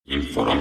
Inform.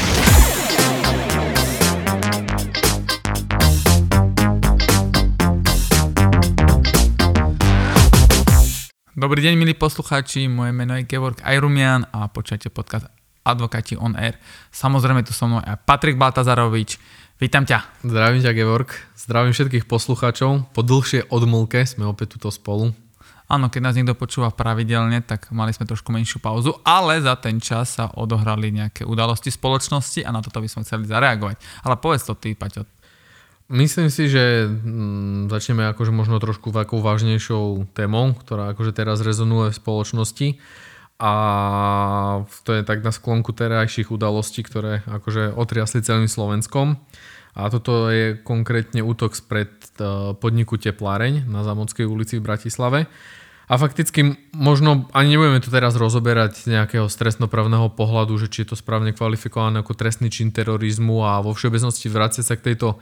Dobrý deň, milí poslucháči, moje meno je Georg Ajrumian a počujete podcast Advokáti on Air. Samozrejme tu so mnou aj Patrik Baltazarovič. Vítam ťa. Zdravím ťa, Georg. Zdravím všetkých poslucháčov. Po dlhšej odmlke sme opäť tuto spolu. Áno, keď nás niekto počúva pravidelne, tak mali sme trošku menšiu pauzu, ale za ten čas sa odohrali nejaké udalosti spoločnosti a na toto by sme chceli zareagovať. Ale povedz to ty, Paťo. Myslím si, že začneme akože možno trošku takou vážnejšou témou, ktorá akože teraz rezonuje v spoločnosti. A to je tak na sklonku terajších udalostí, ktoré akože otriasli celým Slovenskom. A toto je konkrétne útok spred podniku Tepláreň na Zámodskej ulici v Bratislave. A fakticky možno ani nebudeme to teraz rozoberať z nejakého trestnoprávneho pohľadu, že či je to správne kvalifikované ako trestný čin terorizmu a vo všeobecnosti vrátiť sa k tejto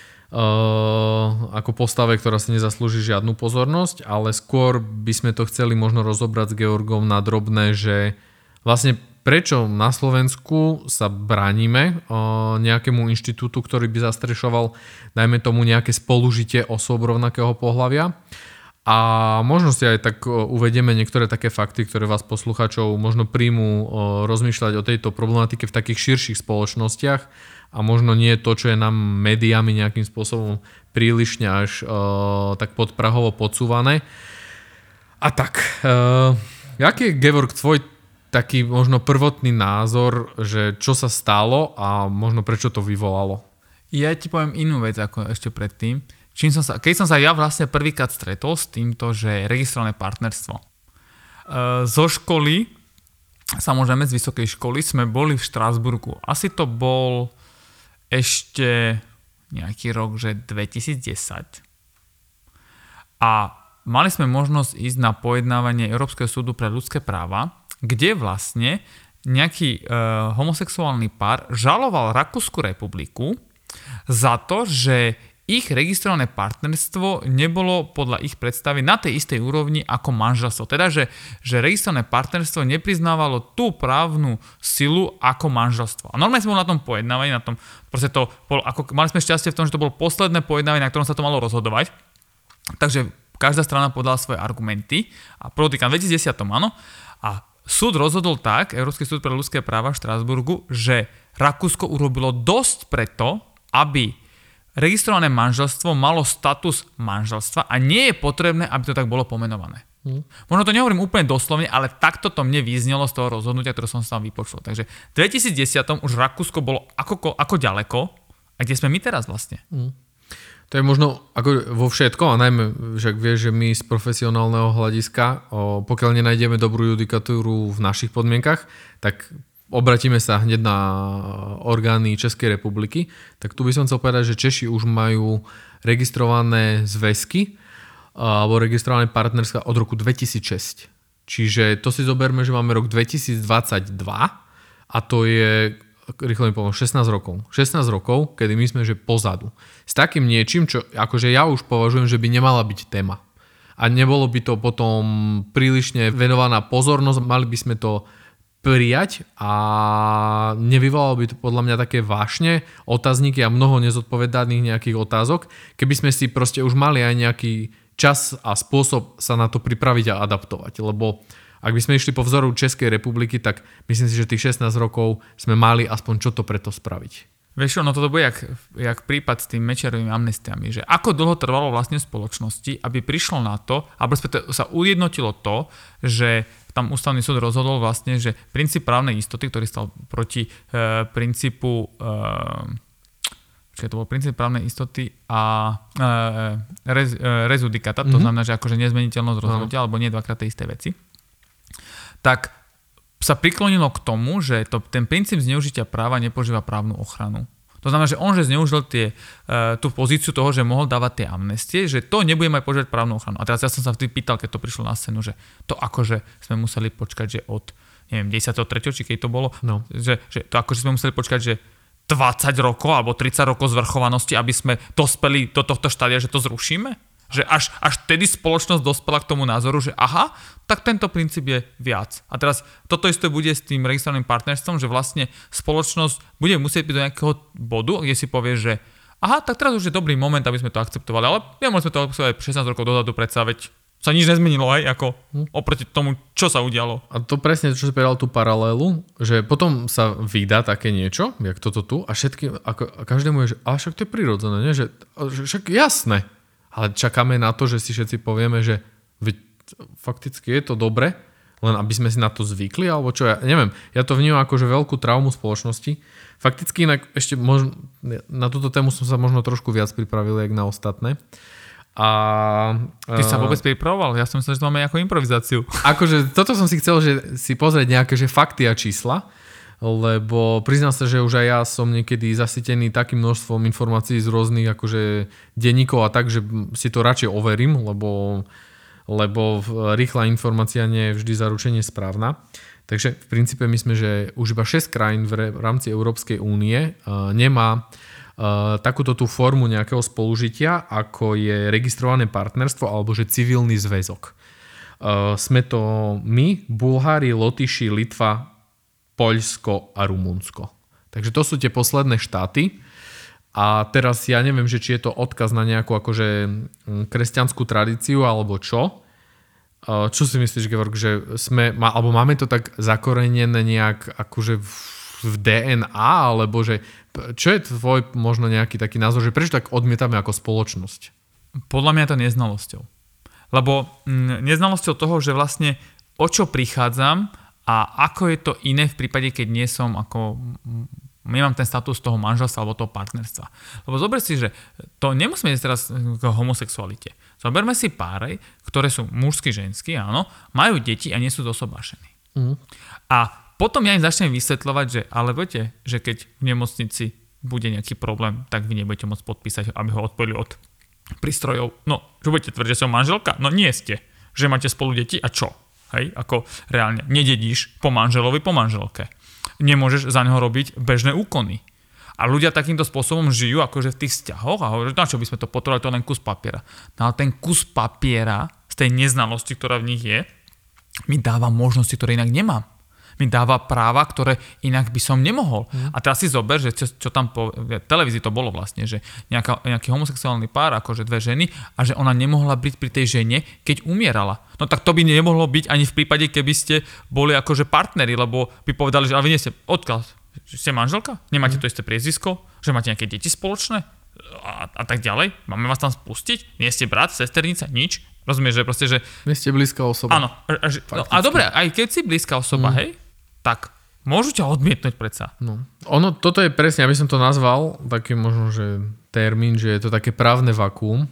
ako postave, ktorá si nezaslúži žiadnu pozornosť, ale skôr by sme to chceli možno rozobrať s Georgom na drobné, že vlastne prečo na Slovensku sa bránime nejakému inštitútu, ktorý by zastrešoval, dajme tomu, nejaké spolužitie osôb rovnakého pohlavia. A možno si aj tak uvedieme niektoré také fakty, ktoré vás poslucháčov možno príjmu rozmýšľať o tejto problematike v takých širších spoločnostiach a možno nie to, čo je nám médiami nejakým spôsobom prílišne až tak podprahovo podsúvané. A tak, aký je, Georg, tvoj taký možno prvotný názor, že čo sa stalo a možno prečo to vyvolalo? Ja ti poviem inú vec ako ešte predtým. Keď som sa ja vlastne prvýkrát stretol s týmto, že registrované partnerstvo. Zo školy, samozrejme z vysokej školy, sme boli v Štrasburgu. Asi to bol ešte nejaký rok, že 2010. A mali sme možnosť ísť na pojednávanie Európskeho súdu pre ľudské práva, kde vlastne nejaký homosexuálny pár žaloval Rakúsku republiku za to, že ich registrované partnerstvo nebolo podľa ich predstavy na tej istej úrovni ako manželstvo. Teda, že registrované partnerstvo nepriznávalo tú právnu silu ako manželstvo. A normálne sme boli na tom pojednávaní, mali sme šťastie v tom, že to bolo posledné pojednávanie, na ktorom sa to malo rozhodovať. Takže každá strana podala svoje argumenty a podotýkam 2010, áno. A súd rozhodol tak, Európsky súd pre ľudské práva v Štrasburgu, že Rakúsko urobilo dosť preto, aby registrované manželstvo malo status manželstva a nie je potrebné, aby to tak bolo pomenované. Možno to nehovorím úplne doslovne, ale takto to mne vyznelo z toho rozhodnutia, ktoré som sa tam vypočul. Takže v 2010 už Rakúsko bolo ako ďaleko a kde sme my teraz vlastne? To je možno ako vo všetkom a najmä, že vieš, že my z profesionálneho hľadiska, pokiaľ nenájdeme dobrú judikatúru v našich podmienkach, tak obratíme sa hneď na orgány Českej republiky. Tak tu by som chcel povedať, že Češi už majú registrované zväzky alebo registrované partnerstva od roku 2006. Čiže to si zoberme, že máme rok 2022 a to je, rýchlo mi poviem, 16 rokov. 16 rokov, kedy my sme že pozadu. S takým niečím, čo akože ja už považujem, že by nemala byť téma. A nebolo by to potom prílišne venovaná pozornosť, mali by sme to prijať a nevyvolalo by to podľa mňa také vášne otázniky a mnoho nezodpovedaných nejakých otázok, keby sme si proste už mali aj nejaký čas a spôsob sa na to pripraviť a adaptovať, lebo ak by sme išli po vzoru Českej republiky, tak myslím si, že tých 16 rokov sme mali aspoň čo to preto spraviť. Vieš, no toto bude jak prípad s tým Mečiarovými amnestiami, že ako dlho trvalo vlastne spoločnosti, aby prišlo na to, alebo sa ujednotilo to, že tam ústavný súd rozhodol vlastne, že princíp právnej istoty, ktorý stal proti princípu to bol princíp právnej istoty a res judicata, to znamená, že akože nezmeniteľnosť rozhodnutia, alebo nie dvakrát tej isté veci, tak sa priklonilo k tomu, že ten princíp zneužitia práva nepožíva právnu ochranu. To znamená, že on zneužil tú pozíciu toho, že mohol dávať tie amnestie, že to nebude mať požívať právnu ochranu. A teraz ja som sa vtedy pýtal, keď to prišlo na scénu, že to akože sme museli počkať, že od 10. či keď to bolo, že to akože sme museli počkať, že 20 rokov alebo 30 rokov zvrchovanosti, aby sme dospeli do tohto štádia, že to zrušíme? Že až vtedy spoločnosť dospela k tomu názoru, že aha, tak tento princíp je viac. A teraz toto isté bude s tým registrovaným partnerstvom, že vlastne spoločnosť bude musieť byť do nejakého bodu, kde si povie, že aha, tak teraz už je dobrý moment, aby sme to akceptovali, ale nemohli sme to akceptovať 16 rokov dozadu, predsa veď sa nič nezmenilo, hej, ako oproti tomu, čo sa udialo. A to presne, čo si povedal tú paralelu, že potom sa vydá také niečo, jak toto tu, a všetkým, a každému je, že ale však to je prirodzené, nie? Že však jasné. Ale čakáme na to, že si všetci povieme, že fakticky je to dobre, len aby sme si na to zvykli, alebo čo, ja neviem. Ja to vnímam ako že veľkú traumu spoločnosti. Fakticky inak ešte na túto tému som sa možno trošku viac pripravil, jak na ostatné. Ty sa vôbec pripravoval? Ja som myslel, že to máme nejakú improvizáciu. Akože toto som si chcel, že si pozrieť nejaké že fakty a čísla, lebo priznám sa, že už aj ja som niekedy zasytený takým množstvom informácií z rôznych akože denníkov a tak, že si to radšej overím, lebo rýchla informácia nie je vždy zaručenie správna. Takže v princípe my sme, že už iba 6 krajín v rámci Európskej únie nemá takúto tú formu nejakého spolužitia, ako je registrované partnerstvo alebo že civilný zväzok. Sme to my, Bulhári, Lotyši, Litva, Poľsko a Rumunsko. Takže to sú tie posledné štáty. A teraz ja neviem, že či je to odkaz na nejakú akože kresťanskú tradíciu alebo čo. Čo si myslíš, Georg, že alebo máme to tak zakorenené nejak akože v DNA, alebo že čo je tvoj možno nejaký taký názor, že prečo tak odmietame ako spoločnosť? Podľa mňa to neznalosťou. Lebo neznalosťou toho, že vlastne o čo prichádzam a ako je to iné v prípade, keď nie som ako nemám ten status toho manželstva alebo toho partnerstva. Lebo zober si, že to nemusíme ísť teraz k homosexualite. Zoberme si páry, ktoré sú mužský, ženský, áno, majú deti a nie sú zosobášení. A potom ja im začnem vysvetľovať, že ale viete, že keď v nemocnici bude nejaký problém, tak vy nebudete môcť podpísať, aby ho odpojili od prístrojov. No, že budete tvrdiť, že som manželka? No nie ste. Že máte spolu deti a čo? Hej, ako reálne. Nededíš po manželovi, po manželke. Nemôžeš za neho robiť bežné úkony. A ľudia takýmto spôsobom žijú akože v tých vzťahoch a hovoria, na čo by sme to potrebovali, to len kus papiera. No ale ten kus papiera z tej neznalosti, ktorá v nich je, mi dáva možnosti, ktoré inak nemám. Mi dáva práva, ktoré inak by som nemohol. A teraz si zober, že čo tam v televízii to bolo vlastne, že nejaký homosexuálny pár, akože dve ženy a že ona nemohla byť pri tej žene, keď umierala. No tak to by nemohlo byť ani v prípade, keby ste boli akože partneri, lebo by povedali, že ale vy nie ste, odkiaľ? Ste manželka? Nemáte to isté priezvisko? Že máte nejaké deti spoločné? A tak ďalej? Máme vás tam spustiť? Nie ste brat, sesternica? Nič? Rozumieš, že proste, že... Vy ste blízka osoba. Áno. A dobre, aj keď si blízka osoba, hej? Tak môžu ťa odmietnúť predsa. No. Toto je presne, aby som to nazval, taký možno, že termín, že je to také právne vakuum,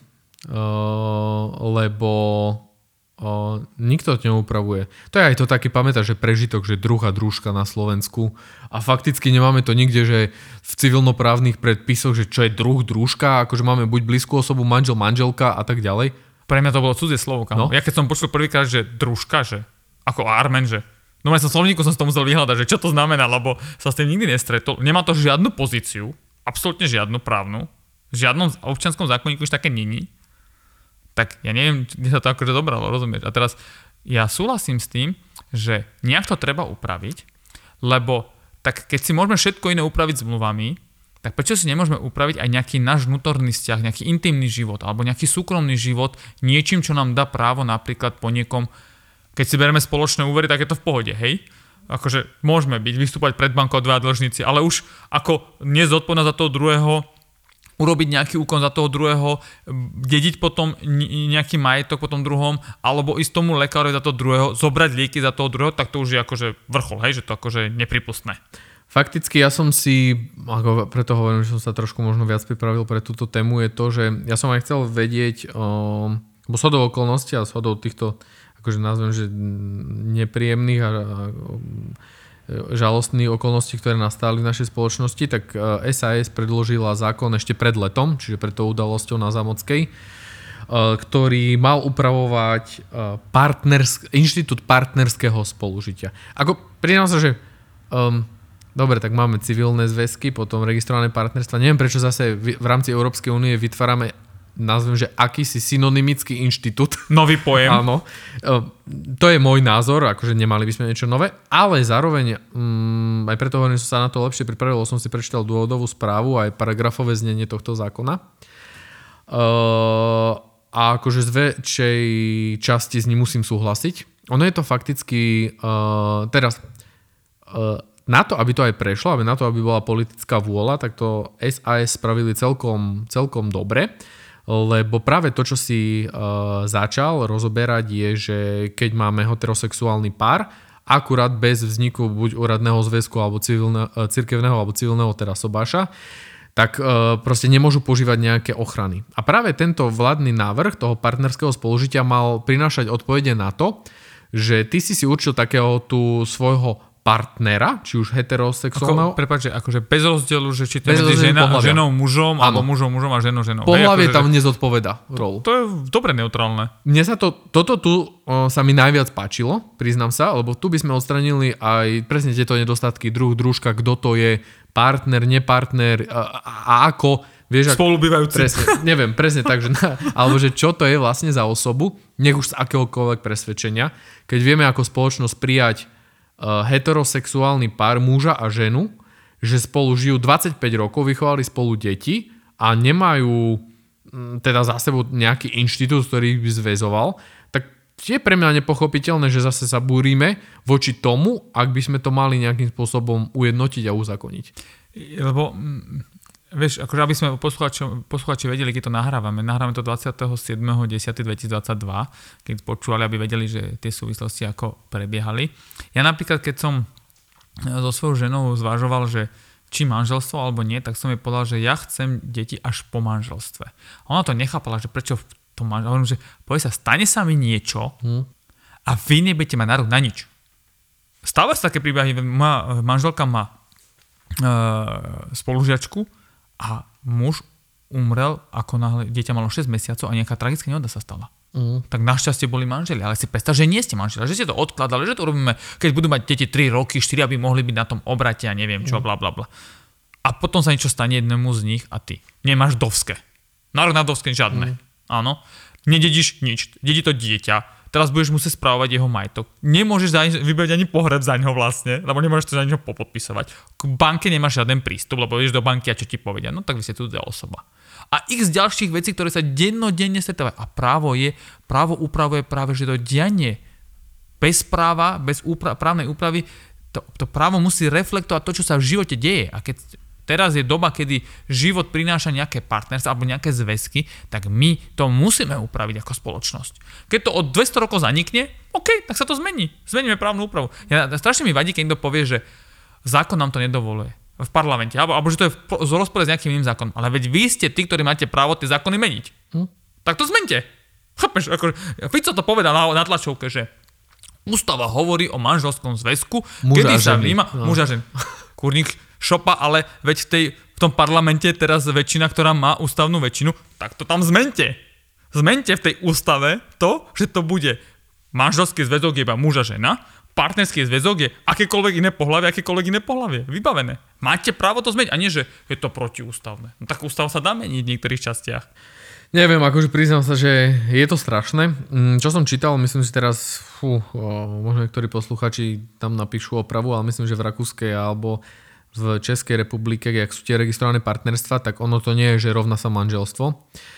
lebo nikto to neupravuje. To je aj to taký, pamätáš, že prežitok, že druh a družka na Slovensku a fakticky nemáme to nikde, že v civilnoprávnych predpisoch, že čo je druh, družka, akože máme buď blízku osobu, manžel, manželka a tak ďalej. Pre mňa to bolo cudzie slovo, kámo. Ja keď som počul prvýkrát, že družka, že ako Armen, že no v slovníku som si to musel vyhľadať, že čo to znamená, lebo sa s tým nikdy nestretol. Nemá to žiadnu pozíciu, absolútne žiadnu právnu, v žiadnom občianskom zákonníku už také není. Tak ja neviem, kde sa to akože dobralo, rozumieš? A teraz ja súhlasím s tým, že nejak to treba upraviť, lebo tak keď si môžeme všetko iné upraviť zmluvami, tak prečo si nemôžeme upraviť aj nejaký náš vnútorný vzťah, nejaký intimný život alebo nejaký súkromný život niečím, čo nám dá právo napríklad po niekom. Keď si bereme spoločné úvery, tak je to v pohode, hej? Akože môžeme vystúpať pred bankou dva dlžníci, ale už ako nezodpovedná za toho druhého, urobiť nejaký úkon za toho druhého, dediť potom nejaký majetok po tom druhom, alebo ísť tomu lekárovi za toho druhého, zobrať lieky za toho druhého, tak to už je akože vrchol, hej? Že to akože nepripustné. Fakticky ja som si, ako preto hovorím, že som sa trošku možno viac pripravil pre túto tému, je to, že ja som aj chcel vedieť, bo shodou okolností a shodou týchto akože nazvem, že nepríjemných a žalostných okolností, ktoré nastali v našej spoločnosti, tak SAS predložila zákon ešte pred letom, čiže pred tou udalosťou na Zámockej, ktorý mal upravovať inštitút partnerského spolužitia. Ako priznám sa, že dobre, tak máme civilné zväzky, potom registrované partnerstva. Neviem, prečo zase v rámci Európskej únie vytvárame nazvem, že akýsi synonymický inštitút. Nový pojem. Áno. To je môj názor, akože nemali by sme niečo nové, ale zároveň aj preto hovorím, som sa na to lepšie pripravil, som si prečítal dôvodovú správu aj paragrafové znenie tohto zákona. A akože z väčšej časti s ním musím súhlasiť. Ono je to fakticky teraz na to, aby to aj prešlo, aby na to, aby bola politická vôľa, tak to SAS spravili celkom dobre, lebo práve to, čo si začal rozoberať, je, že keď máme heterosexuálny pár, akurát bez vzniku buď úradného zväzku alebo cirkevného alebo civilného teda sobáša, tak proste nemôžu požívať nejaké ochrany. A práve tento vládny návrh toho partnerského spolužitia mal prinášať odpovede na to, že ty si určil takého tu svojho partnera, či už heterosexuálneho. Prepáč, akože bez rozdielu, že či to je medzi ženou mužom, alebo mužom a ženou. Pohlavie tam nezodpoveda rolu. To je dobre neutrálne. Mne sa toto tu sa mi najviac páčilo, priznám sa, lebo tu by sme odstranili aj presne tieto nedostatky družka, kto to je, partner, nepartner a ako, vieš, spolubývajúci. Presne, neviem, presne tak, že alebo že čo to je vlastne za osobu, nech už z akéhokoľvek presvedčenia, keď vieme ako spoločnosť prijať heterosexuálny pár muža a ženu, že spolu žijú 25 rokov, vychovali spolu deti a nemajú teda za sebou nejaký inštitút, ktorý by zväzoval, tak je pre mňa nepochopiteľné, že zase sa búrime voči tomu, ak by sme to mali nejakým spôsobom ujednotiť a uzakoniť. Lebo vieš, akože aby sme posluchači vedeli, keď to nahrávame to 27.10.2022, keď počúvali, aby vedeli, že tie súvislosti ako prebiehali. Ja napríklad, keď som so svojou ženou zvažoval, že či manželstvo alebo nie, tak som jej povedal, že ja chcem deti až po manželstve. A ona to nechápala, že prečo v tom manželstve. Hovorím, že povie sa, stane sa mi niečo a vy nebudete mať nárok na nič. Stáva sa také príbehy, moja manželka má spolužiačku, a muž umrel, ako náhle dieťa malo 6 mesiacov a nejaká tragická nehoda sa stala. Tak našťastie boli manželi, ale si predstav, že nie ste manželi, že ste to odkladali, že to robíme, keď budú mať deti 3 roky, 4, aby mohli byť na tom obrate a neviem čo, bla bla bla. A potom sa niečo stane jednému z nich a ty nemáš dovské. Nárok na dovské žiadne. Áno. Nededíš nič. Dedí to dieťa. Teraz budeš musieť spravovať jeho majetok. Nemôžeš vybrať ani pohreb za ňo vlastne, lebo nemôžeš to za ňo popodpisovať. K banke nemáš žiaden prístup, lebo ideš do banky a čo ti povedia. No tak vy ste cudzia osoba. A x ďalších vecí, ktoré sa dennodenne stretávajú. A právo upravuje práve, že to dianie bez práva, bez právnej úpravy, to právo musí reflektovať to, čo sa v živote deje. A keď teraz je doba, kedy život prináša nejaké partnerstvo alebo nejaké zväzky, tak my to musíme upraviť ako spoločnosť. Keď to od 200 rokov zanikne, OK, tak sa to zmení. Zmeníme právnu úpravu. Strašne mi vadí, keď niekto povie, že zákon nám to nedovoluje v parlamente, alebo že to je v rozpore s nejakým iným zákonom. Ale veď vy ste tí, ktorí máte právo tie zákony meniť. Tak to zmente. Chápeš? Fico to povedal na tlačovke, že ústava hovorí o manželskom zväzku, kedy sa vníma muža a ženy. Kurník šopa, ale veď v tom parlamente teraz väčšina, ktorá má ústavnú väčšinu, tak to tam zmente. Zmente v tej ústave to, že to bude manželský zväzok je iba muž a žena, partnerský zväzok je akékoľvek iné pohlavie. Vybavené. Máte právo to zmeniť a nie, že je to protiústavné. No tak ústav sa dá meniť v niektorých častiach. Neviem, akože priznám sa, že je to strašné. Čo som čítal, myslím si teraz, možno niektorí posluchači tam napíšu opravu, ale myslím, že v Rakúskej alebo v Českej republike, ak sú tie registrované partnerstva, tak ono to nie je, že rovná sa manželstvo.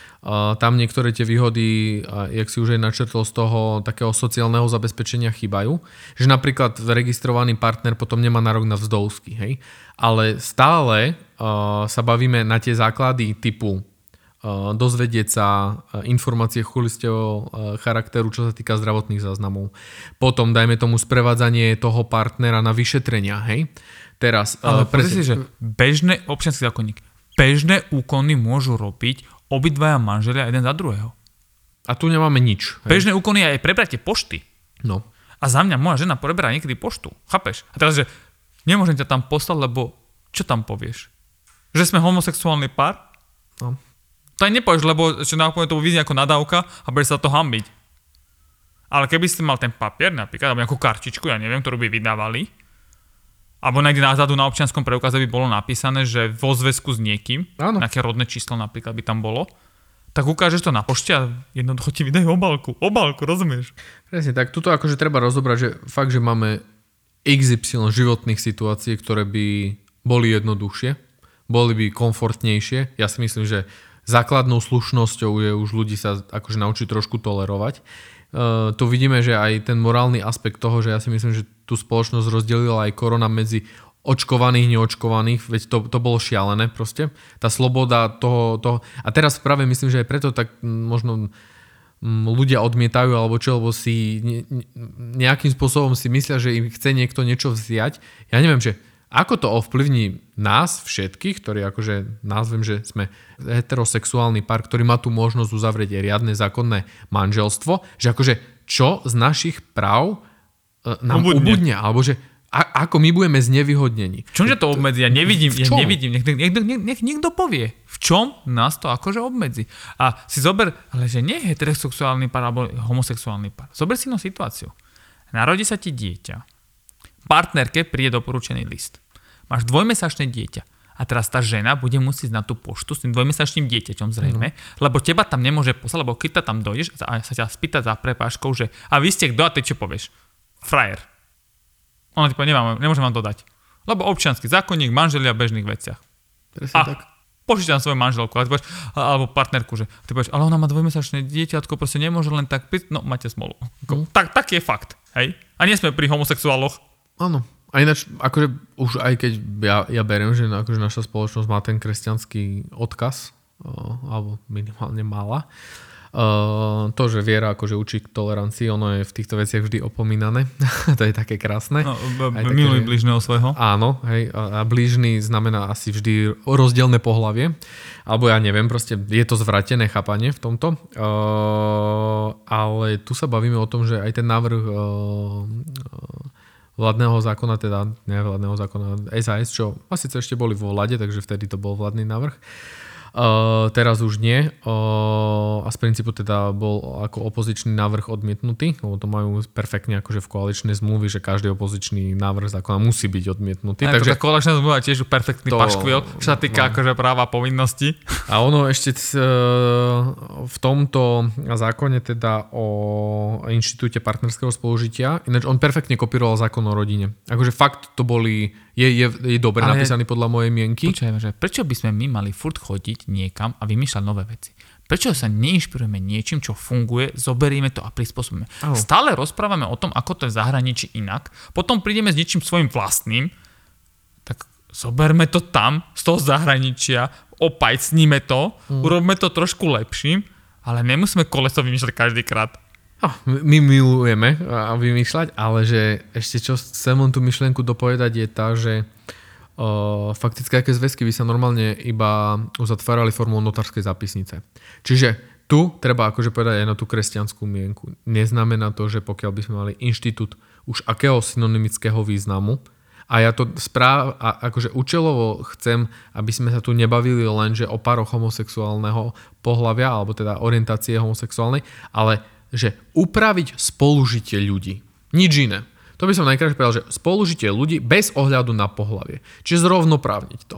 Tam niektoré tie výhody, jak si už aj načrtol, z toho takého sociálneho zabezpečenia chýbajú. Že napríklad registrovaný partner potom nemá nárok na vzdovský, hej? Ale stále sa bavíme na tie základy typu dozvedieť sa informácie chulistého charakteru, čo sa týka zdravotných záznamov. Potom, dajme tomu, sprevádzanie toho partnera na vyšetrenia, hej? Teraz, ale si, že občiansky zákonník, bežné úkony môžu robiť obidvaja manželia jeden za druhého. A tu nemáme nič. Hej? Bežné úkony je aj prebratie pošty. No. A za mňa moja žena preberá niekedy poštu. Chápeš? A teraz, že nemôžem ťa tam poslať, lebo čo tam povieš? Že sme homosexuálny pár? No. To aj nepovieš, lebo čo náhodou to vyznie ako nadávka a budeš sa to hanbiť. Ale keby ste mal ten papier napríklad, alebo nejakú kartičku, ja neviem, ktorú by vydávali, alebo niekde názadu na občianskom preukaze by bolo napísané, že vo zväzku s niekým, nejaké rodné číslo napríklad by tam bolo, tak ukážeš to na pošte a jednoducho ti vydajú obálku, rozumieš? Presne, tak tuto akože treba rozobrať, že fakt, že máme XY životných situácií, ktoré by boli jednoduchšie, boli by komfortnejšie. Ja si myslím, že základnou slušnosťou je už ľudí sa akože naučiť trošku tolerovať. Tu vidíme, že aj ten morálny aspekt toho, že ja si myslím, že tú spoločnosť rozdelila aj korona medzi očkovaných, neočkovaných, veď to bolo šialené proste. Tá sloboda toho. A teraz práve myslím, že aj preto tak možno ľudia odmietajú, alebo čo, lebo si nejakým spôsobom si myslia, že im chce niekto niečo vziať. Ja neviem, že ako to ovplyvní nás všetkých, ktorí akože nazvem, že sme heterosexuálny pár, ktorý má tu možnosť uzavrieť aj riadne zákonné manželstvo, že akože čo z našich práv nám ubudne, alebo že ako my budeme znevýhodnení. V čomže to obmedzí? Ja nevidím. Nech niekto povie, v čom nás to akože obmedzí. A si zober, ale že nie je heterosexuálny pár alebo homosexuálny pár. Zober si situáciu. Narodí sa ti dieťa. Partnerke príde doporučený list. Máš 2-mesačné dieťa. A teraz tá žena bude musieť na tú poštu s tým 2-mesačným dieťaťom zrejme, lebo teba tam nemôže poslať, lebo keď tam dojdeš a sa ťa spýta za prepážkou, že a vy ste kto a ty čo povieš? Frajer. Ona ti povie, nemôžem vám to dať. Lebo občiansky zákonník, manželia v bežných veciach. Presne tak. Pošli tam svoju manželku, alebo partnerku, že ty povieš, ale ona má 2-mesačné dieťatko, proste nemôže len tak no máte smolu. Tak je fakt, hej? A nie sme pri homosexuáloch. Áno. A ináč, akože už aj keď ja beriem, že akože naša spoločnosť má ten kresťanský odkaz, alebo minimálne mala, to, že viera akože učí k tolerancii, ono je v týchto veciach vždy opomínané. To je také krásne. No, miluj blížneho svojho. Áno, hej, a blížny znamená asi vždy rozdielne pohlavie. Alebo ja neviem, proste je to zvratené chápanie v tomto. Ale tu sa bavíme o tom, že aj ten návrh vládneho zákona, teda ne vládneho zákona SAS, čo asi ešte boli vo vláde, takže vtedy to bol vládny návrh. Teraz už nie. A z princípu teda bol ako opozičný návrh odmietnutý, lebo to majú perfektne akože v koaličnej zmluvy, že každý opozičný návrh zákona musí byť odmietnutý. Takže tá koaličná zmluva je tiež perfektný paškvil, čo sa týka akože práva povinnosti. A ono ešte v tomto zákone teda o inštitúte partnerského spolužitia, ináč on perfektne kopíroval zákon o rodine. Akože fakt to boli je dobre napísaný podľa mojej mienky. Počujeme, že prečo by sme my mali furt chodiť niekam a vymýšľať nové veci? Prečo sa neinšpirujeme niečím, čo funguje, zoberieme to a prispôsobíme? Stále rozprávame o tom, ako to je v zahraničí inak, potom prídeme s niečím svojím vlastným, tak zoberme to tam, z toho zahraničia, opajcníme to, urobme to trošku lepším, ale nemusíme koleso vymýšľať každýkrát. My milujeme a vymýšľať, ale že ešte čo chcem tú myšlienku dopovedať je tá, že fakticky aké zväzky by sa normálne iba uzatvárali formou notárskej zápisnice. Čiže tu treba akože povedať aj na tú kresťanskú mienku. Neznamená to, že pokiaľ by sme mali inštitút už akého synonymického významu, a ja to akože účelovo chcem, aby sme sa tu nebavili len, že o pároch homosexuálneho pohlavia, alebo teda orientácie homosexuálnej, ale že upraviť spolužitie ľudí. Nič iné. To by som najkrajšie povedal, že spolužitie ľudí bez ohľadu na pohlavie. Čiže zrovnoprávniť to.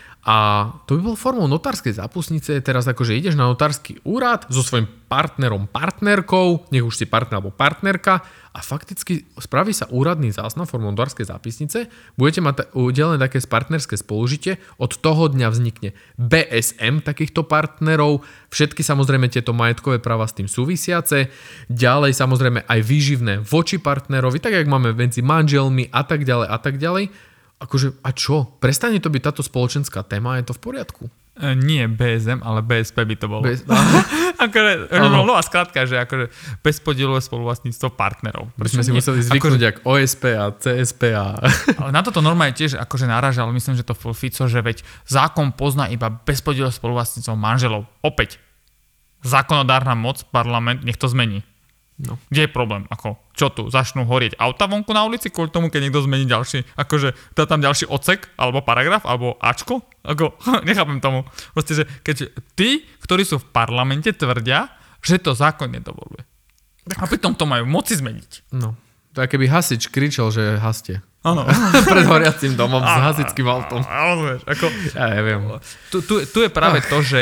A to by bolo formou notárskej zápisnice. Teraz akože ideš na notársky úrad so svojím partnerom, partnerkou, nech už si partner alebo partnerka a fakticky spraví sa úradný záznam formou notárskej zápisnice. Budete mať udelené také partnerské spolužitie. Od toho dňa vznikne BSM takýchto partnerov. Všetky samozrejme tieto majetkové práva s tým súvisiace. Ďalej samozrejme aj výživné voči partnerovi, tak jak máme medzi manželmi a tak ďalej a tak ďalej. Akože, a čo? Prestane to byť táto spoločenská téma? Je to v poriadku? Nie BSM, ale BSP by to bolo. Akože, nová skrátka, že akože bezpodielové spoluvlastníctvo partnerov. By sme si museli zvyknúť jak OSP a CSP a... Ale na toto normálne tiež akože náražal, myslím, že to Fico, že veď zákon pozná iba bezpodielové spoluvlastníctvo manželov. Opäť, zákonodárna moc, parlament, nech to zmení. No. Kde je problém? Čo tu? Začnú horieť auta vonku na ulici kvôli tomu, keď niekto zmení ďalší, akože dá tam ďalší odsek, alebo paragraf, alebo ačko? Nechápem tomu. Proste, že keď tí, ktorí sú v parlamente, tvrdia, že to zákon nedovoluje. A pritom to majú moci zmeniť. No. To je keby hasič kričal, že haste. Áno. Pred horiacím domom s hasičským autom. Ja neviem. Ja neviem. Tu je práve to, že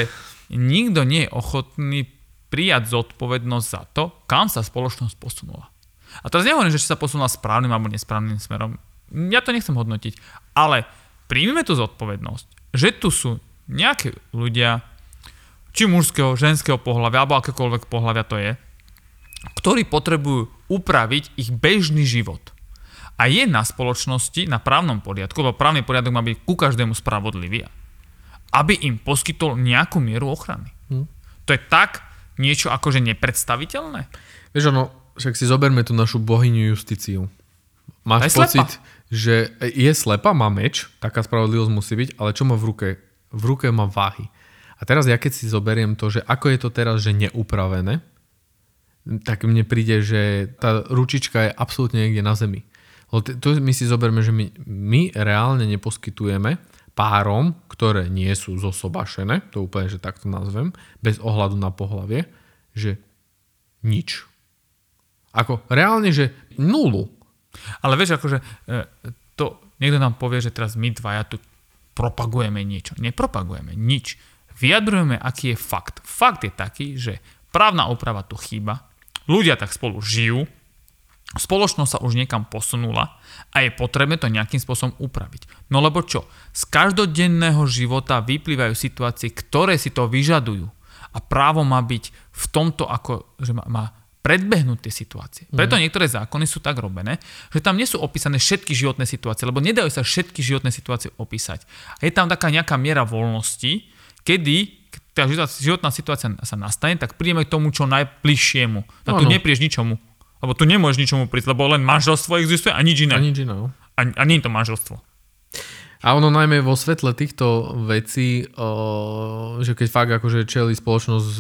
nikto nie je ochotný prijať zodpovednosť za to, kam sa spoločnosť posunula. A teraz nehovorím, že sa posunula správnym alebo nesprávnym smerom. Ja to nechcem hodnotiť. Ale príjmime tú zodpovednosť, že tu sú nejaké ľudia, či mužského, ženského pohlavia, alebo akékoľvek pohlavia to je, ktorí potrebujú upraviť ich bežný život. A je na spoločnosti, na právnom poriadku, lebo právny poriadok má byť ku každému spravodlivý, aby im poskytol nejakú mieru ochrany. To je tak niečo akože nepredstaviteľné. Vieš, však si zoberme tú našu bohyňu justíciu. Máš pocit, že je slepá, má meč, taká spravodlivosť musí byť, ale čo má v ruke? V ruke má váhy. A teraz ja keď si zoberiem to, že ako je to teraz, že neupravené, tak mne príde, že tá ručička je absolútne niekde na zemi. To my si zoberme, že my reálne neposkytujeme párom, ktoré nie sú zosobášené, to úplne, že takto nazvem, bez ohľadu na pohlavie, že nič. Ako reálne, že nulu. Ale vieš, akože to niekto nám povie, že teraz my dvaja tu propagujeme niečo. Nepropagujeme nič. Vyjadrujeme, aký je fakt. Fakt je taký, že právna úprava tu chýba, ľudia tak spolu žijú, spoločnosť sa už niekam posunula a je potrebné to nejakým spôsobom upraviť. No lebo čo? Z každodenného života vyplývajú situácie, ktoré si to vyžadujú. A právo má byť v tomto, ako, že má predbehnúť tie situácie. Preto niektoré zákony sú tak robené, že tam nie sú opísané všetky životné situácie, lebo nedajú sa všetky životné situácie opísať. A je tam taká nejaká miera voľnosti, kedy tá životná situácia sa nastane, tak prídeme k tomu čo najbližšiemu. A tu neprídeš ničomu. Lebo tu nemôžeš ničomu prísť, lebo len manželstvo existuje a nič iné. A nie je to manželstvo. A ono najmä vo svetle týchto vecí, že keď fakt akože čelí spoločnosť,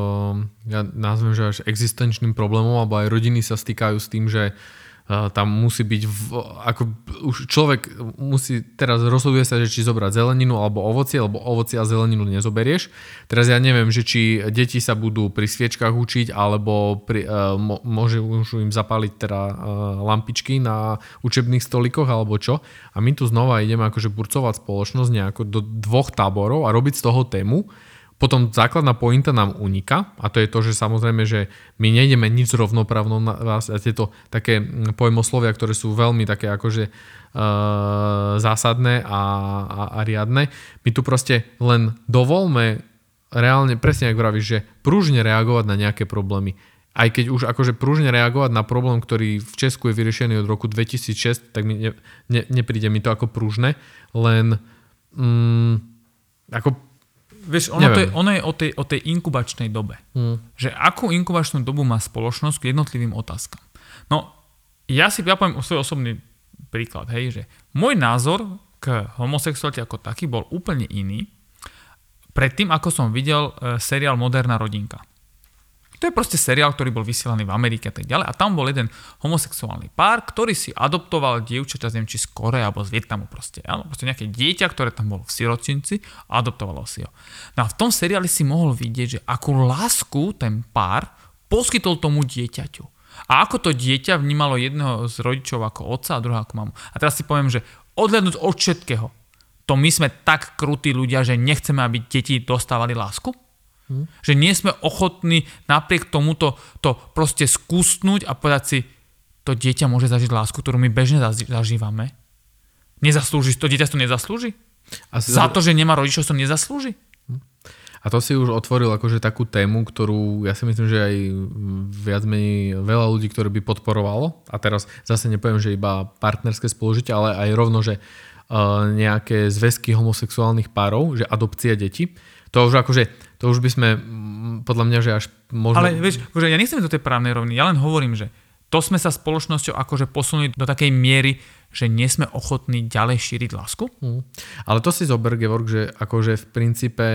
ja nazvem, že až existenčným problémom, alebo aj rodiny sa stýkajú s tým, že tam musí byť, ako už človek musí, teraz rozhoduje sa, že či zobrať zeleninu alebo ovocie a zeleninu nezoberieš. Teraz ja neviem, že či deti sa budú pri sviečkach učiť, alebo môžu im zapáliť teda lampičky na učebných stolikoch, alebo čo. A my tu znova ideme akože burcovať spoločnosť nejako do dvoch táborov a robiť z toho tému. Potom základná pointa nám uniká a to je to, že samozrejme, že my nejdeme nič rovnoprávno na vás a tieto také pojmoslovia, ktoré sú veľmi také akože zásadné a riadne. My tu proste len dovolme reálne, presne ako vravíš, že pružne reagovať na nejaké problémy. Aj keď už akože pružne reagovať na problém, ktorý v Česku je vyriešený od roku 2006, tak mi nepríde mi to ako pružné, len ako vieš, ono je o tej inkubačnej dobe. Že akú inkubačnú dobu má spoločnosť k jednotlivým otázkam. No, ja poviem svoj osobný príklad, hej, že môj názor k homosexualite ako taký bol úplne iný predtým, ako som videl seriál Moderná rodinka. To je proste seriál, ktorý bol vysielaný v Amerike a tak ďalej. A tam bol jeden homosexuálny pár, ktorý si adoptoval dievčaťa, neviem, či z Korei alebo z Vietnamu proste. Áno, proste nejaké dieťa, ktoré tam bolo v siročinci a adoptovalo si ho. No a v tom seriáli si mohol vidieť, že akú lásku ten pár poskytol tomu dieťaťu. A ako to dieťa vnímalo jedného z rodičov ako otca a druhého ako mamu. A teraz si poviem, že odhľadnúť od všetkého, to my sme tak krutí ľudia, že nechceme, aby deti dostávali lásku? Že nie sme ochotní napriek tomuto to proste skúsnuť a povedať si, to dieťa môže zažiť lásku, ktorú my bežne zažívame. Nezaslúži, to dieťa to nezaslúži? Za to, že nemá rodičov, to nezaslúži? A to si už otvoril akože takú tému, ktorú ja si myslím, že aj viac menej veľa ľudí, ktoré by podporovalo. A teraz zase nepoviem, že iba partnerské spolužitie, ale aj rovno, že nejaké zväzky homosexuálnych párov, že adopcia detí. To už by sme, podľa mňa, že až možno... Ale vieš, akože ja nechcem do tej právnej roviny, ja len hovorím, že to sme sa spoločnosťou akože posunuli do takej miery, že nie sme ochotní ďalej šíriť lásku. Ale to si zober, Georg, že akože v princípe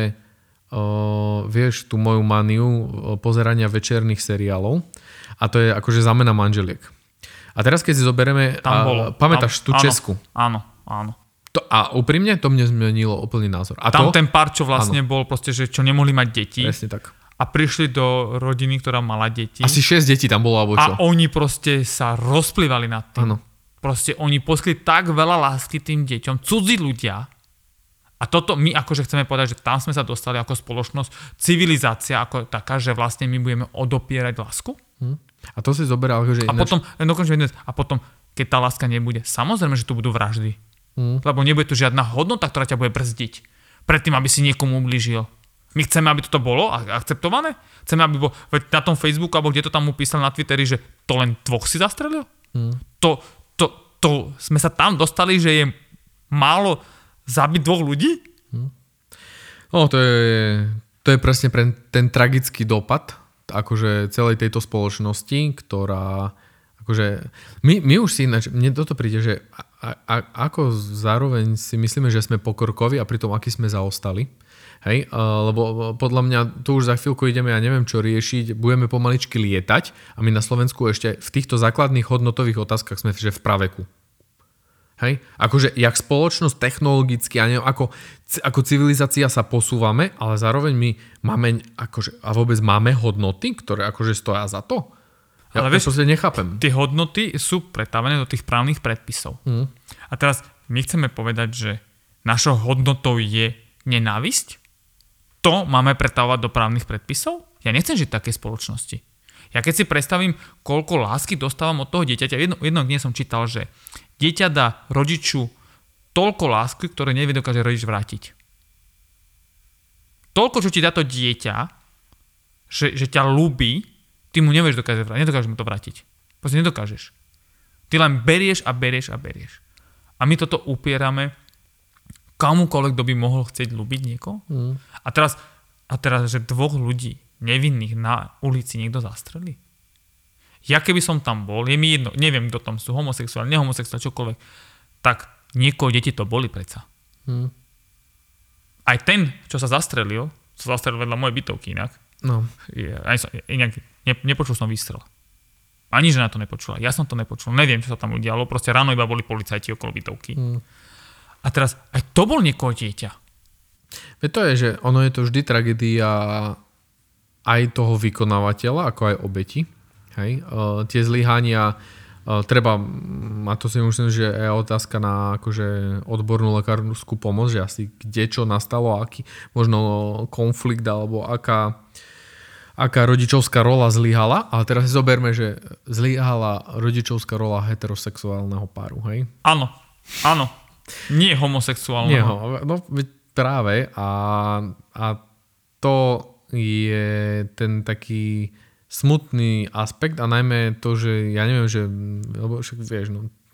vieš tú moju maniu pozerania večerných seriálov a to je akože zamena manželiek. A teraz keď si zoberieme, pamätáš tú Česku? Áno. A úprimne to mne zmenilo úplný názor. A tam ten pár, čo vlastne bol proste, že čo nemohli mať deti. Presne tak. A prišli do rodiny, ktorá mala deti. Asi 6 detí tam bolo, alebo čo? A oni proste sa rozplývali nad tým. Áno. Proste oni poskytli tak veľa lásky tým deťom, cudzí ľudia. A toto my akože chceme povedať, že tam sme sa dostali ako spoločnosť, civilizácia ako taká, že vlastne my budeme odopierať lásku. A to si zoberal, že a potom, keď tá láska nebude, samozrejme, že tu budú vraždy. Lebo nebude tu žiadna hodnota, ktorá ťa bude brzdiť. Predtým, aby si niekomu ublížil. My chceme, aby toto bolo akceptované? Chceme, aby bolo na tom Facebooku, alebo kde to tam mu písali na Twitteri, že to len 2 si zastrelil? To sme sa tam dostali, že je málo zabiť 2 ľudí? No, to je presne ten tragický dopad akože celej tejto spoločnosti, ktorá akože my už si ináč, mne toto príde, že ako zároveň si myslíme, že sme pokorkoví a pritom aký sme zaostali. Hej, lebo podľa mňa tu už za chvíľku ideme, ja neviem čo riešiť, budeme pomaličky lietať a my na Slovensku ešte v týchto základných hodnotových otázkach sme že v praveku. Hej, akože jak spoločnosť technologicky a neviem, ako civilizácia sa posúvame, ale zároveň my máme akože, a vôbec máme hodnoty, ktoré akože stoja za to. Ja ale vieš, to nechápem. Tie hodnoty sú pretavené do tých právnych predpisov. A teraz my chceme povedať, že našou hodnotou je nenávisť. To máme pretavovať do právnych predpisov? Ja nechcem žiť v takej spoločnosti. Ja keď si predstavím, koľko lásky dostávam od toho dieťaťa, jedno dne som čítal, že dieťa dá rodiču toľko lásky, ktoré nevie dokáže rodič vrátiť. Toľko, čo ti dá to dieťa, že ťa ľúbi, ty mu nevieš dokáže vrátiť. Nedokážeš mu to vrátiť. Proste nedokážeš. Ty len berieš a berieš a berieš. A my toto upierame komukoľvek, kto by mohol chcieť ľúbiť niekoho. A teraz, že 2 ľudí nevinných na ulici niekto zastrelí. Ja keby som tam bol, je mi jedno, neviem, kto tam sú, homosexuáli, nehomosexuáli, čokoľvek, tak niekoho deti to boli predsa. Aj ten, čo sa zastrelil vedľa mojej bytovky inak. No. Inak nepočul som výstrel. Ani žena to nepočula. Ja som to nepočul. Neviem, čo sa tam udialo. Proste ráno iba boli policajti okolo bytovky. A teraz aj to bol niekoho dieťa. Veď to je, že ono je to vždy tragédia aj toho vykonávateľa, ako aj obeti. Hej? Tie zlyhania treba, a to si myslím, že je otázka na akože odbornú lekárskú pomoc, že asi kde čo nastalo, aký možno konflikt alebo aká rodičovská rola zlyhala. Ale teraz si zoberme, že zlyhala rodičovská rola heterosexuálneho páru. Hej? Áno. Nie homosexuálneho. No práve. A to je ten taký smutný aspekt a najmä to, že ja neviem, že lebo však vieš,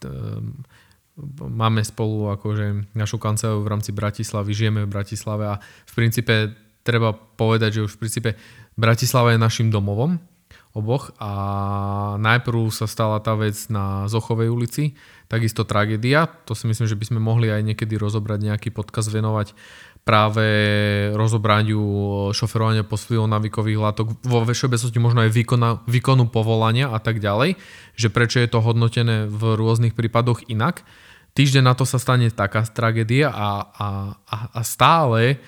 máme spolu akože našu kanceláriu v rámci Bratislavy, žijeme v Bratislave a v princípe treba povedať, že už v princípe Bratislava je našim domovom oboch a najprv sa stala tá vec na Zochovej ulici, takisto tragédia, to si myslím, že by sme mohli aj niekedy rozobrať nejaký podcast venovať práve rozobraniu šoferovania pod vplyvom návykových látok, vo všeobecnosti možno aj výkonu povolania a tak ďalej, že prečo je to hodnotené v rôznych prípadoch inak. Týždeň na to sa stane taká tragédia a stále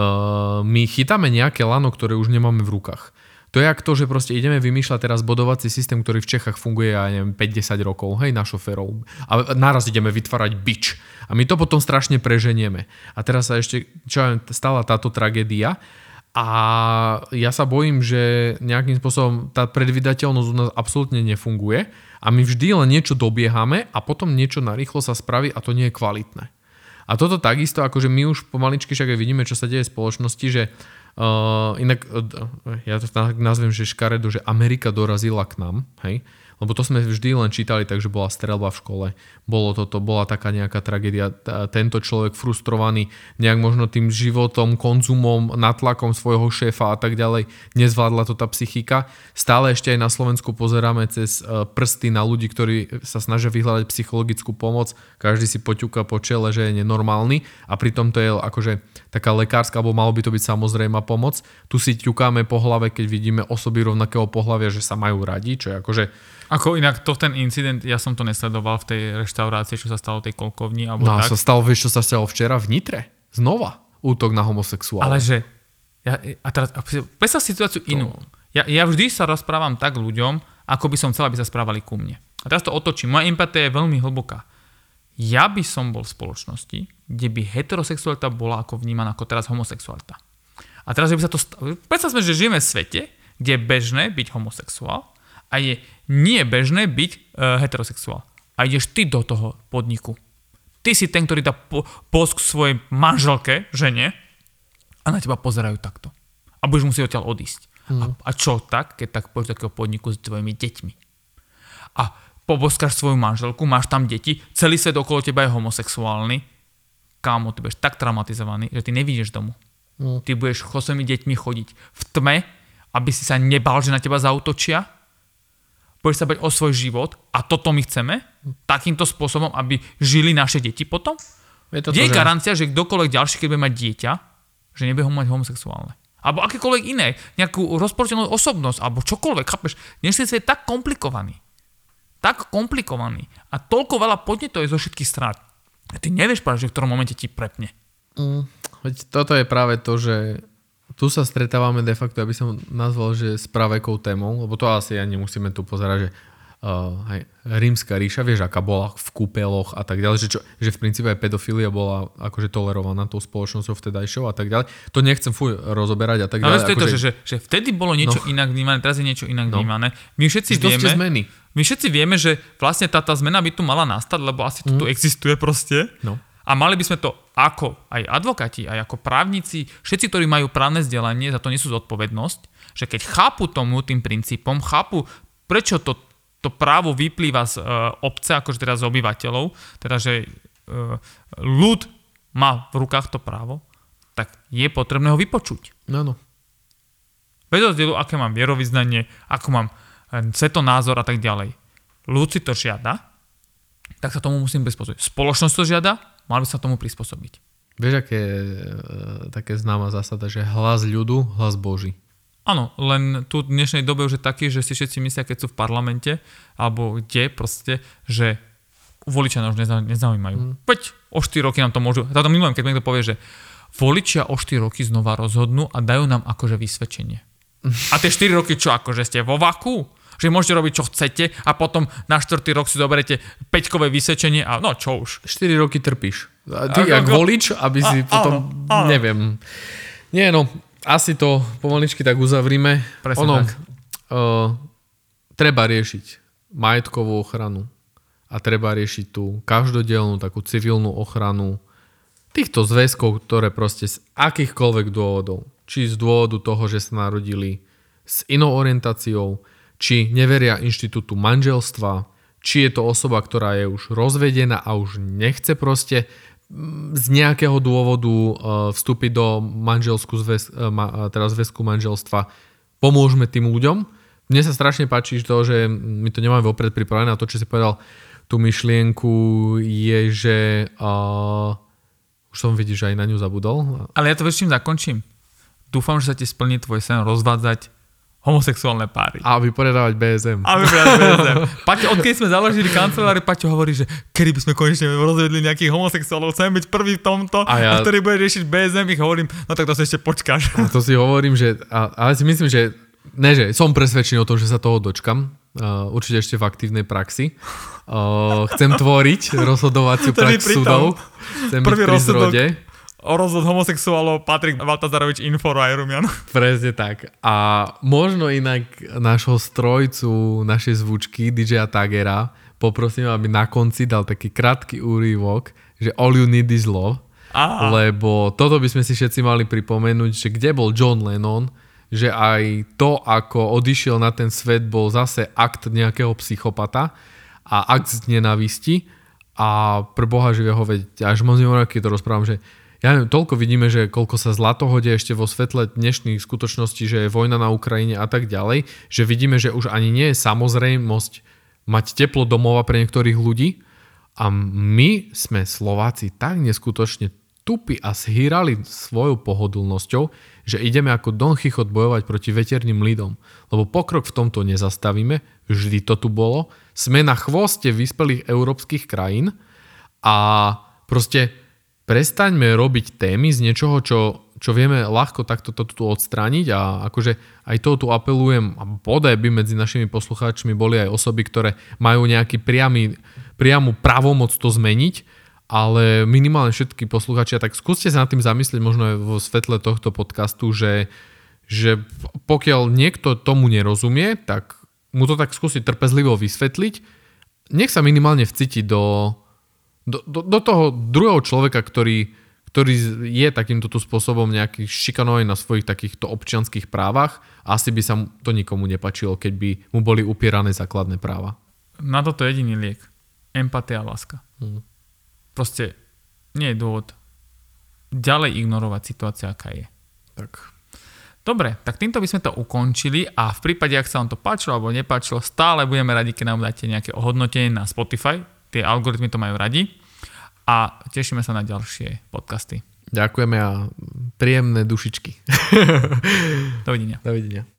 my chytáme nejaké lano, ktoré už nemáme v rukách. To je jak to, že proste ideme vymýšľať teraz bodovací systém, ktorý v Čechách funguje, ja neviem, 5-10 rokov, hej, na šoférov. A naraz ideme vytvárať bič. A my to potom strašne preženieme. A teraz sa ešte, stala táto tragédia a ja sa bojím, že nejakým spôsobom tá predvydateľnosť u nás absolútne nefunguje a my vždy len niečo dobiehame a potom niečo narýchlo sa spraví a to nie je kvalitné. A toto takisto, akože my už pomaličky však aj vidíme, čo sa deje v spoločnosti, že inak ja to nazvem, že škaredo, že Amerika dorazila k nám, hej, lebo to sme vždy len čítali, takže bola streľba v škole, bola taká nejaká tragédia, tento človek frustrovaný nejak možno tým životom, konzumom, natlakom svojho šéfa a tak ďalej, nezvládla to tá psychika. Stále ešte aj na Slovensku pozeráme cez prsty na ľudí, ktorí sa snažia vyhľadať psychologickú pomoc, každý si poťuka po čele, že je nenormálny a pritom to je akože taká lekárska, alebo malo by to byť samozrejmá pomoc. Tu si ťukáme po hlave, keď vidíme osoby rovnakého pohlavia, že sa majú radi, čo je akože... Ako inak to ten incident, ja som to nesledoval v tej reštaurácii, čo sa stalo tej kolkovni, alebo no, tak. No sa stalo, vieš, čo sa stalo včera v Nitre? Znova. Útok na homosexuálov. Ale že... A teraz, predstav situáciu inú. Ja vždy sa rozprávam tak ľuďom, ako by som chcel, aby sa správali ku mne. A teraz to otočím. Moja empatia je veľmi hlboká. Ja by som bol v spoločnosti, kde by heterosexualita bola ako vnímaná ako teraz homosexualita. A teraz, že by sa to predstavme, že žijeme v svete, kde je bežné byť homosexuál a je nie bežné byť heterosexuál. A ideš ty do toho podniku. Ty si ten, ktorý dá posk svojej manželke, žene, a na teba pozerajú takto. A budeš musieť odtiaľ odísť. A čo tak, keď tak pôjdeš do takého podniku s tvojimi deťmi? A poboskáš svoju manželku, máš tam deti, celý svet okolo teba je homosexuálny. Kámo, ty budeš tak traumatizovaný, že ty nevidíš domu. Ty budeš so svojimi deťmi chodiť v tme, aby si sa nebal, že na teba zaútočia. Budeš sa bať o svoj život a toto my chceme takýmto spôsobom, aby žili naše deti potom? Je garancia, že kdokoľvek ďalší, keď bude mať dieťa, že nebude ho mať homosexuálne. Alebo akékoľvek iné, nejakú rozporčenú osobnosť, alebo čokoľvek, chápeš? Dnešný svet je tak komplikovaný. Tak komplikovaný. A toľko veľa podnetov je zo všetkých strán. A ty nevieš práve, že v ktorom momente ti prepne. Veď toto je práve to, že tu sa stretávame de facto, aby som nazval, že s pravekou témou, lebo to asi ani nemusíme tu pozerať, že rímska ríša, vieš, aká bola v kúpeloch a tak ďalej, že v princípe aj pedofilia bola akože tolerovaná tou spoločnosťou vtedajšou a tak ďalej. To nechcem rozoberať a tak ďalej. Ale to je to, že vtedy bolo niečo inak vnímané, teraz je niečo inak vnímané. My všetci vieme, že vlastne tá zmena by tu mala nastať, lebo asi to tu existuje proste. No. A mali by sme to ako aj advokáti, aj ako právnici, všetci, ktorí majú právne vzdelanie, za to nesú zodpovednosť, že keď chápu tým princípom, chápu, prečo to právo vyplýva z obce, akože teda z obyvateľov, teda že ľud má v rukách to právo, tak je potrebné ho vypočuť. No. Bez rozdielu, aké mám vierovyznanie, ako mám svetonázor a tak ďalej. Ľud si to žiada, tak sa tomu musím prispôsobiť. Spoločnosť to žiada, mal by sa tomu prispôsobiť. Vieš, aké je také známa zásada, že hlas ľudu, hlas Boží. Áno, len tu v dnešnej dobe už je taký, že si všetci myslia, keď sú v parlamente, alebo kde proste, že voličia nás už nezaujímajú. Veď o 4 roky nám to môžu... Táto milujem, keď niekto povie, že voličia o 4 roky znova rozhodnú a dajú nám akože vysvedčenie. A tie 4 roky čo, akože ste vo vaku? Že môžete robiť, čo chcete a potom na 4. rok si zoberete 5-kové vysvedčenie a no čo už. 4 roky trpíš. Ty jak volič, aby si potom... Áno. Neviem. Nie, no... Asi to pomaličky tak uzavrime. Presne tak. Treba riešiť majetkovú ochranu a treba riešiť tú každodennú takú civilnú ochranu týchto zväzkov, ktoré proste z akýchkoľvek dôvodov, či z dôvodu toho, že sa narodili s inou orientáciou, či neveria inštitútu manželstva, či je to osoba, ktorá je už rozvedená a už nechce proste z nejakého dôvodu vstúpiť do zväzku manželstva. Pomôžeme tým ľuďom. Mne sa strašne páči to, že my to nemáme vopred pripravené a to, čo si povedal tú myšlienku je, že už som vidí, že aj na ňu zabudol. Ale ja to väčším zakončím. Dúfam, že sa ti splní tvoj sen rozvádzať homosexuálne páry. A vyporiadavať BSM. Paťo, odkedy sme založili kanceláriu, Paťo hovorí, že kedy by sme konečne rozvedli nejakých homosexuálov, chceme byť prvý v tomto, a ktorý bude riešiť BSM, ich hovorím, no tak to si ešte počkáš. A to si hovorím, že, ale si myslím, že som presvedčený o tom, že sa toho dočkam. Určite ešte v aktívnej praxi. Chcem tvoriť rozhodovaciu prax súdov. Chcem byť pri zrode. O rozhod homosexuálov Patrik Valtazarovič Inforo aj Rumian. Presne tak. A možno inak nášho strojcu, našej zvučky, DJ Tagera, poprosím, aby na konci dal taký krátky úryvok, že all you need is love. Aha. Lebo toto by sme si všetci mali pripomenúť, že kde bol John Lennon, že aj to, ako odišiel na ten svet, bol zase akt nejakého psychopata a akt z nenávisti. A pre Boha živého, veď až možno keď to rozprávam, že ja neviem, toľko vidíme, že koľko sa zlato hodí ešte vo svetle dnešných skutočností, že je vojna na Ukrajine a tak ďalej, že vidíme, že už ani nie je samozrejmosť mať teplo domova pre niektorých ľudí a my sme Slováci tak neskutočne tupí a zhýrali svojou pohodlnosťou, že ideme ako Don Chichot bojovať proti veterným lidom. Lebo pokrok v tomto nezastavíme, vždy to tu bolo, sme na chvoste vyspelých európskych krajín a proste prestaňme robiť témy z niečoho, čo vieme ľahko takto tu odstrániť a akože aj to tu apelujem, a bodaj by medzi našimi poslucháčmi boli aj osoby, ktoré majú nejaký priamu právomoc to zmeniť, ale minimálne všetky poslucháči, tak skúste sa nad tým zamyslieť možno aj vo svetle tohto podcastu, že pokiaľ niekto tomu nerozumie, tak mu to tak skúsiť trpezlivo vysvetliť, nech sa minimálne vcíti do toho druhého človeka, ktorý je takýmto spôsobom nejaký šikanovaný na svojich takýchto občianskych právach. Asi by sa to nikomu nepačilo, keď by mu boli upierané základné práva. Na toto jediný liek. Empatia a láska. Proste nie je dôvod ďalej ignorovať situáciu, aká je. Tak. Dobre, tak týmto by sme to ukončili a v prípade, ak sa vám to páčilo alebo nepáčilo, stále budeme radi, keď nám dáte nejaké ohodnotenie na Spotify. Tie algoritmy to majú radi a tešíme sa na ďalšie podcasty. Ďakujeme a príjemné dušičky. Dovidenia. Dovidenia.